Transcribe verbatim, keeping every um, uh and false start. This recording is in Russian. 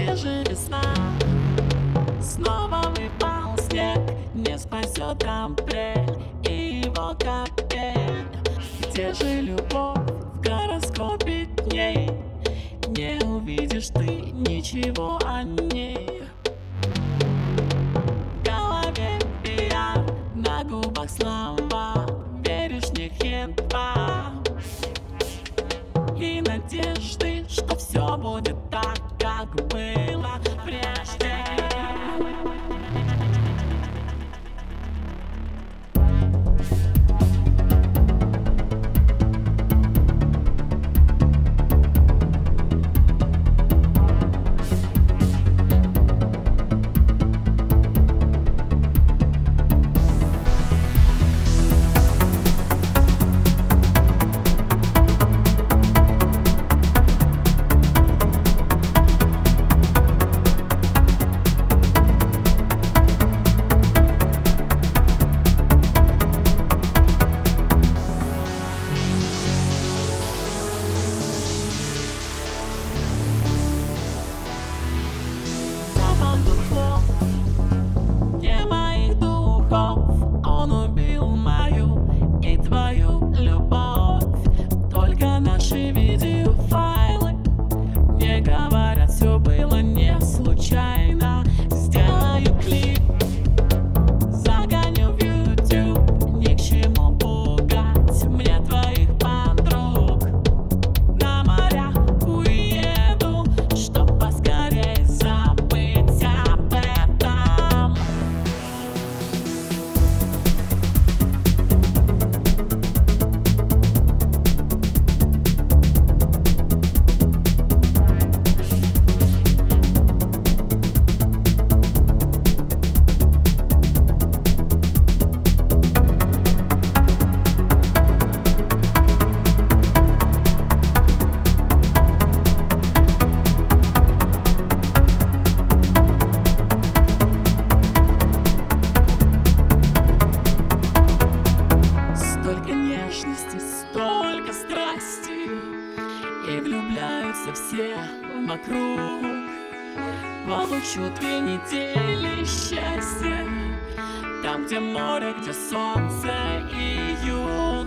где же весна? Снова выпал снег, не спасет апрель и его капель. Где же любовь в гороскопе дней? Не увидишь ты ничего о ней. В голове пиар, на губах слова, веришь в них едва. И надежды, что все будет так, как было прежде. Не моих духов, он убил мою и твою любовь. Только наши видеофайлы мне говорят, все было не случайно. Сделаю клип, загоню в YouTube, ни к чему пугать мне твоих подруг. На морях уеду, чтоб поскорей забыть об этом. Столько нежности, столько страсти, и влюбляются все вокруг. Получу две недели счастья, там, где море, где солнце и юг.